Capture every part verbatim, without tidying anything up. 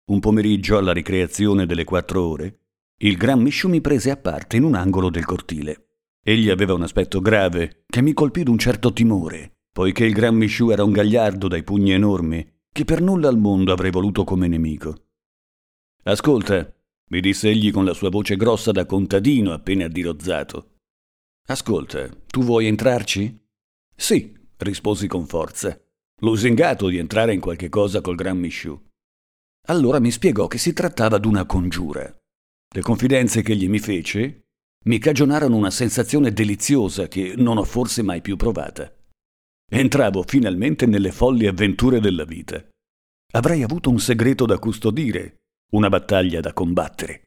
Un pomeriggio alla ricreazione delle quattro ore, il gran Michoud mi prese a parte in un angolo del cortile. Egli aveva un aspetto grave che mi colpì d'un certo timore, poiché il gran Michoud era un gagliardo dai pugni enormi che per nulla al mondo avrei voluto come nemico. «Ascolta», mi disse egli con la sua voce grossa da contadino appena dirozzato. «Ascolta, tu vuoi entrarci?» «Sì», risposi con forza, lusingato di entrare in qualche cosa col gran Michoud. Allora mi spiegò che si trattava d'una congiura. Le confidenze che egli mi fece mi cagionarono una sensazione deliziosa che non ho forse mai più provata. Entravo finalmente nelle folli avventure della vita. Avrei avuto un segreto da custodire, una battaglia da combattere.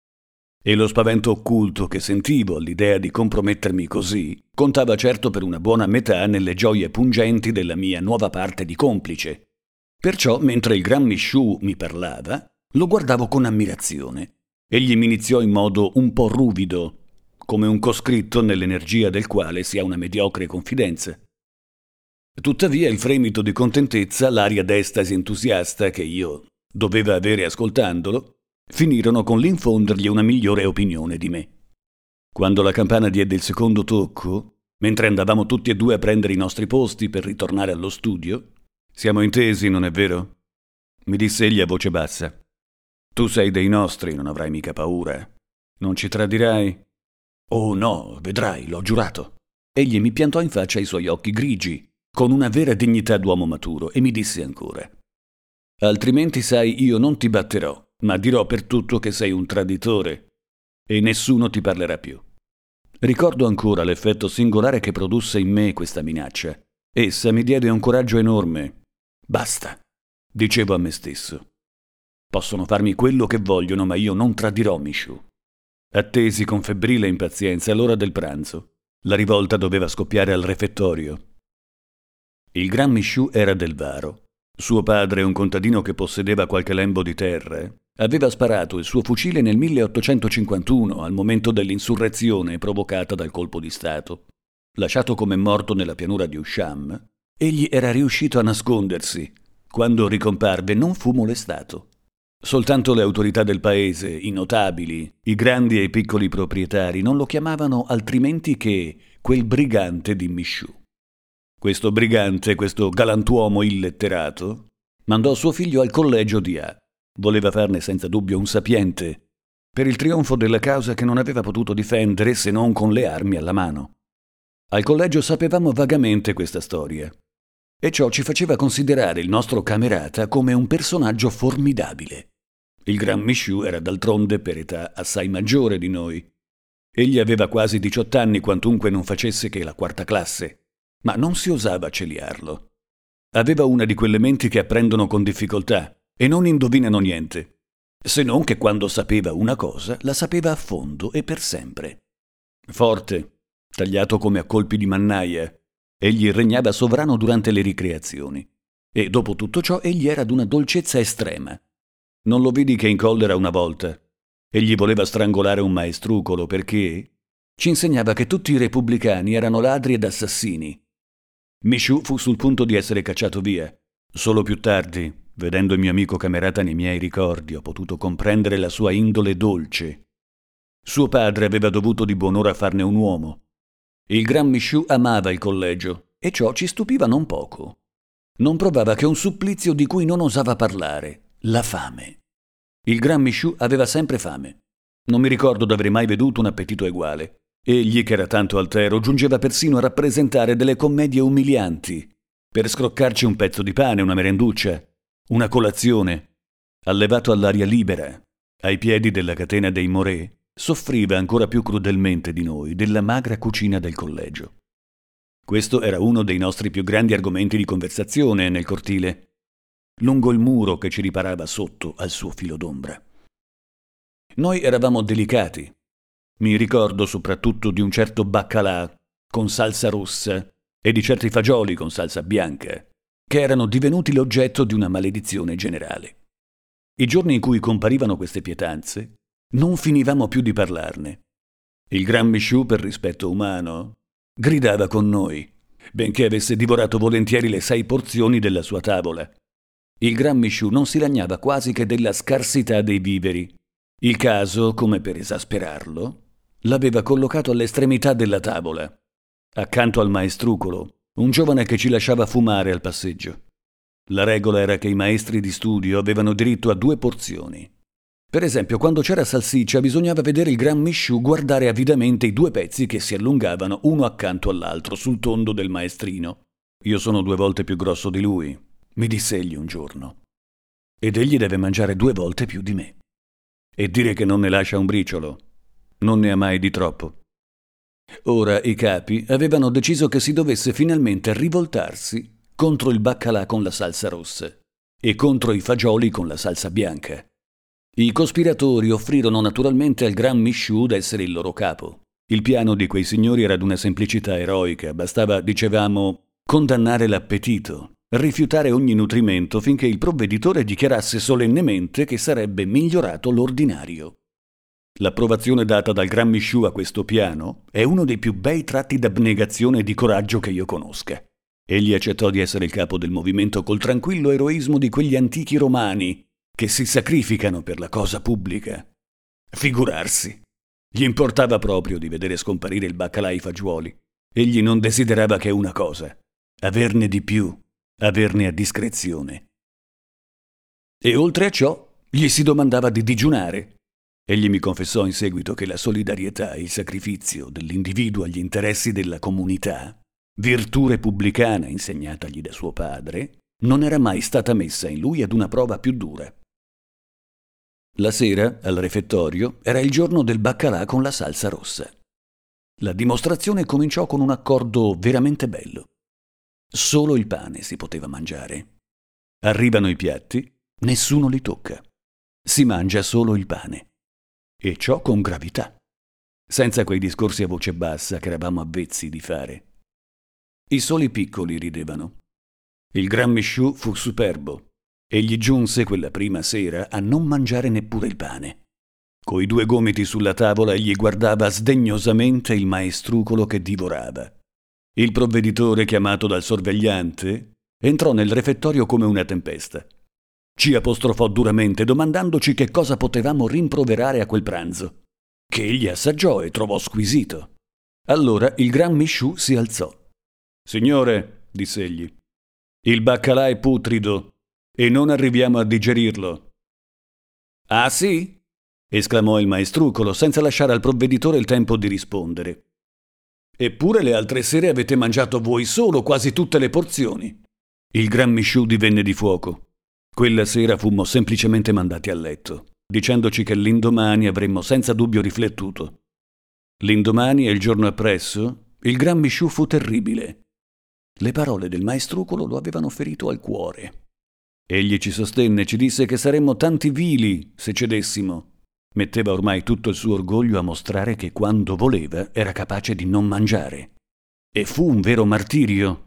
E lo spavento occulto che sentivo all'idea di compromettermi così contava certo per una buona metà nelle gioie pungenti della mia nuova parte di complice. Perciò, mentre il gran Michoud mi parlava, lo guardavo con ammirazione. Egli mi iniziò in modo un po' ruvido, come un coscritto nell'energia del quale si ha una mediocre confidenza. Tuttavia il fremito di contentezza, l'aria d'estasi entusiasta che io doveva avere ascoltandolo, finirono con l'infondergli una migliore opinione di me. Quando la campana diede il secondo tocco, mentre andavamo tutti e due a prendere i nostri posti per ritornare allo studio, «Siamo intesi, non è vero?» mi disse egli a voce bassa. «Tu sei dei nostri, non avrai mica paura. Non ci tradirai?» «Oh no, vedrai, l'ho giurato». Egli mi piantò in faccia i suoi occhi grigi, con una vera dignità d'uomo maturo, e mi disse ancora: «Altrimenti, sai, io non ti batterò, ma dirò per tutto che sei un traditore, e nessuno ti parlerà più». Ricordo ancora l'effetto singolare che produsse in me questa minaccia. Essa mi diede un coraggio enorme. «Basta», dicevo a me stesso. «Possono farmi quello che vogliono, ma io non tradirò Michoud». Attesi con febbrile impazienza l'ora del pranzo. La rivolta doveva scoppiare al refettorio. Il gran Michoud era del Varo. Suo padre, un contadino che possedeva qualche lembo di terra, aveva sparato il suo fucile nel milleottocentocinquantuno, al momento dell'insurrezione provocata dal colpo di Stato. Lasciato come morto nella pianura di Usham, egli era riuscito a nascondersi. Quando ricomparve non fu molestato. Soltanto le autorità del paese, i notabili, i grandi e i piccoli proprietari non lo chiamavano altrimenti che quel brigante di Michoud. Questo brigante, questo galantuomo illetterato, mandò suo figlio al collegio di A. Voleva farne senza dubbio un sapiente, per il trionfo della causa che non aveva potuto difendere se non con le armi alla mano. Al collegio sapevamo vagamente questa storia, e ciò ci faceva considerare il nostro camerata come un personaggio formidabile. Il gran Michoud era d'altronde per età assai maggiore di noi. Egli aveva quasi diciotto anni, quantunque non facesse che la quarta classe, ma non si osava celiarlo. Aveva una di quelle menti che apprendono con difficoltà e non indovinano niente, se non che quando sapeva una cosa la sapeva a fondo e per sempre. Forte, tagliato come a colpi di mannaia, egli regnava sovrano durante le ricreazioni, e dopo tutto ciò egli era d'una dolcezza estrema. Non lo vidi che in collera una volta. Egli voleva strangolare un maestrucolo perché ci insegnava che tutti i repubblicani erano ladri ed assassini. Michoud fu sul punto di essere cacciato via. Solo più tardi, vedendo il mio amico camerata nei miei ricordi, ho potuto comprendere la sua indole dolce. Suo padre aveva dovuto di buon'ora farne un uomo. Il gran Michoud amava il collegio, e ciò ci stupiva non poco. Non provava che un supplizio di cui non osava parlare, la fame. Il gran Michoud aveva sempre fame. Non mi ricordo d'aver mai veduto un appetito eguale. Egli, che era tanto altero, giungeva persino a rappresentare delle commedie umilianti, per scroccarci un pezzo di pane, una merenduccia, una colazione. Allevato all'aria libera, ai piedi della catena dei Moré, soffriva ancora più crudelmente di noi della magra cucina del collegio. Questo era uno dei nostri più grandi argomenti di conversazione nel cortile, lungo il muro che ci riparava sotto al suo filo d'ombra. Noi eravamo delicati. Mi ricordo soprattutto di un certo baccalà con salsa rossa e di certi fagioli con salsa bianca, che erano divenuti l'oggetto di una maledizione generale. I giorni in cui comparivano queste pietanze, non finivamo più di parlarne. Il gran Michoud, per rispetto umano, gridava con noi, benché avesse divorato volentieri le sei porzioni della sua tavola. Il Gran Michou non si lagnava quasi che della scarsità dei viveri. Il caso, come per esasperarlo, l'aveva collocato all'estremità della tavola, accanto al maestrucolo, un giovane che ci lasciava fumare al passeggio. La regola era che i maestri di studio avevano diritto a due porzioni. Per esempio, quando c'era salsiccia bisognava vedere il Gran Michou guardare avidamente i due pezzi che si allungavano uno accanto all'altro sul tondo del maestrino. «Io sono due volte più grosso di lui», mi disse egli un giorno. «Ed egli deve mangiare due volte più di me. E dire che non ne lascia un briciolo. Non ne ha mai di troppo». Ora i capi avevano deciso che si dovesse finalmente rivoltarsi contro il baccalà con la salsa rossa e contro i fagioli con la salsa bianca. I cospiratori offrirono naturalmente al Gran Michou d'essere il loro capo. Il piano di quei signori era d'una semplicità eroica, bastava, dicevamo, condannare l'appetito, rifiutare ogni nutrimento finché il provveditore dichiarasse solennemente che sarebbe migliorato l'ordinario. L'approvazione data dal Gran Michou a questo piano è uno dei più bei tratti d'abnegazione e di coraggio che io conosca. Egli accettò di essere il capo del movimento col tranquillo eroismo di quegli antichi romani che si sacrificano per la cosa pubblica. Figurarsi! Gli importava proprio di vedere scomparire il baccalà e i fagioli. Egli non desiderava che una cosa: averne di più, averne a discrezione. E oltre a ciò, gli si domandava di digiunare. Egli mi confessò in seguito che la solidarietà e il sacrificio dell'individuo agli interessi della comunità, virtù repubblicana insegnatagli da suo padre, non era mai stata messa in lui ad una prova più dura. La sera, al refettorio, era il giorno del baccalà con la salsa rossa. La dimostrazione cominciò con un accordo veramente bello. Solo il pane si poteva mangiare. Arrivano i piatti, nessuno li tocca. Si mangia solo il pane. E ciò con gravità, senza quei discorsi a voce bassa che eravamo avvezzi di fare. I soli piccoli ridevano. Il Gran Michou fu superbo e gli giunse quella prima sera a non mangiare neppure il pane. Coi due gomiti sulla tavola egli guardava sdegnosamente il maestrucolo che divorava. Il provveditore, chiamato dal sorvegliante, entrò nel refettorio come una tempesta. Ci apostrofò duramente domandandoci che cosa potevamo rimproverare a quel pranzo, che egli assaggiò e trovò squisito. Allora il Gran Michou si alzò. «Signore», diss'egli, «il baccalà è putrido e non arriviamo a digerirlo». «Ah sì?» esclamò il maestrucolo senza lasciare al provveditore il tempo di rispondere. «Eppure le altre sere avete mangiato voi solo quasi tutte le porzioni». Il Gran Michou divenne di fuoco. Quella sera fummo semplicemente mandati a letto, dicendoci che l'indomani avremmo senza dubbio riflettuto. L'indomani e il giorno appresso, il Gran Michou fu terribile. Le parole del maestrucolo lo avevano ferito al cuore. Egli ci sostenne, ci disse che saremmo tanti vili se cedessimo. Metteva ormai tutto il suo orgoglio a mostrare che quando voleva era capace di non mangiare. E fu un vero martirio.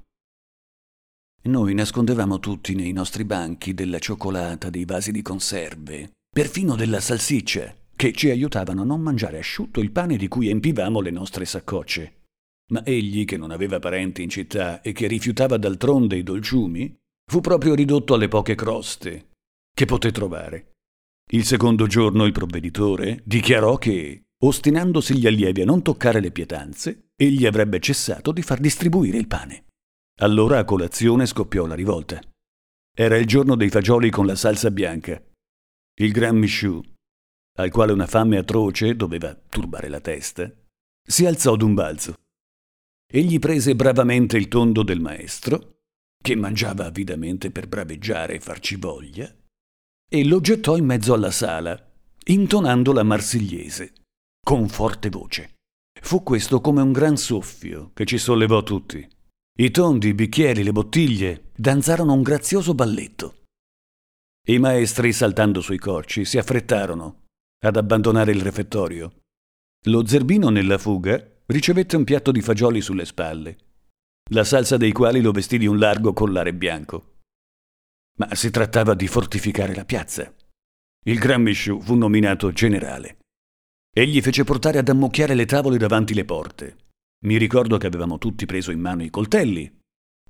Noi nascondevamo tutti nei nostri banchi della cioccolata, dei vasi di conserve, perfino della salsiccia, che ci aiutavano a non mangiare asciutto il pane di cui empivamo le nostre saccocce. Ma egli, che non aveva parenti in città e che rifiutava d'altronde i dolciumi, fu proprio ridotto alle poche croste che poté trovare. Il secondo giorno il provveditore dichiarò che, ostinandosi gli allievi a non toccare le pietanze, egli avrebbe cessato di far distribuire il pane. Allora a colazione scoppiò la rivolta. Era il giorno dei fagioli con la salsa bianca. Il Gran Michou, al quale una fame atroce doveva turbare la testa, si alzò d'un balzo. Egli prese bravamente il tondo del maestro, che mangiava avidamente per braveggiare e farci voglia, e lo gettò in mezzo alla sala, intonando la marsigliese, con forte voce. Fu questo come un gran soffio che ci sollevò tutti. I tondi, i bicchieri, le bottiglie danzarono un grazioso balletto. I maestri, saltando sui corci, si affrettarono ad abbandonare il refettorio. Lo zerbino, nella fuga, ricevette un piatto di fagioli sulle spalle, la salsa dei quali lo vestì di un largo collare bianco. Ma si trattava di fortificare la piazza. Il Gran Michou fu nominato generale. Egli fece portare ad ammucchiare le tavole davanti le porte. Mi ricordo che avevamo tutti preso in mano i coltelli,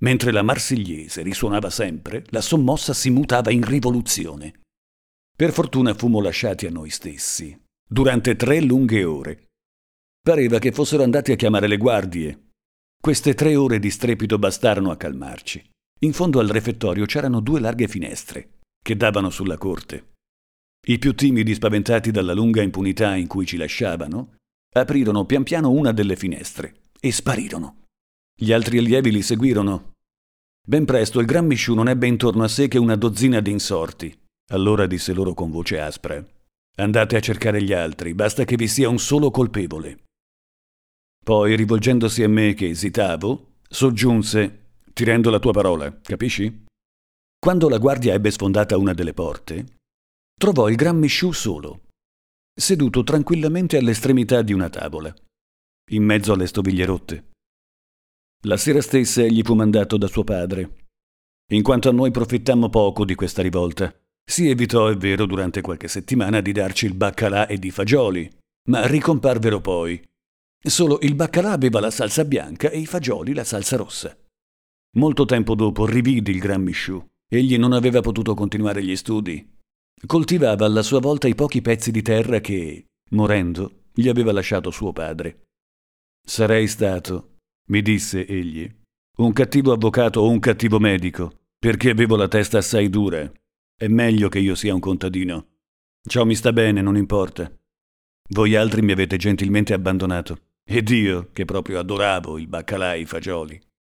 Mentre la Marsigliese risuonava sempre, la sommossa si mutava in rivoluzione. Per fortuna fummo lasciati a noi stessi, durante tre lunghe ore. Pareva che fossero andati a chiamare le guardie. Queste tre ore di strepito bastarono a calmarci. In fondo al refettorio c'erano due larghe finestre, che davano sulla corte. I più timidi, spaventati dalla lunga impunità in cui ci lasciavano, aprirono pian piano una delle finestre e sparirono. Gli altri allievi li seguirono. Ben presto il Gran Misciu non ebbe intorno a sé che una dozzina di insorti. Allora disse loro con voce aspra: «Andate a cercare gli altri, basta che vi sia un solo colpevole». Poi, rivolgendosi a me che esitavo, soggiunse: «Ti rendo la tua parola, capisci?» Quando la guardia ebbe sfondata una delle porte, trovò il Gran Misciu solo, seduto tranquillamente all'estremità di una tavola, in mezzo alle stoviglie rotte. La sera stessa egli fu mandato da suo padre. In quanto a noi profittammo poco di questa rivolta. Si evitò, è vero, durante qualche settimana di darci il baccalà e i fagioli, ma ricomparvero poi. Solo il baccalà aveva la salsa bianca e i fagioli la salsa rossa. Molto tempo dopo rividi il Gran Misciu. Egli non aveva potuto continuare gli studi. Coltivava alla sua volta i pochi pezzi di terra che, morendo, gli aveva lasciato suo padre. «Sarei stato», mi disse egli, «un cattivo avvocato o un cattivo medico, perché avevo la testa assai dura. È meglio che io sia un contadino. Ciò mi sta bene, non importa. Voi altri mi avete gentilmente abbandonato, ed io, che proprio adoravo il baccalà e i fagioli,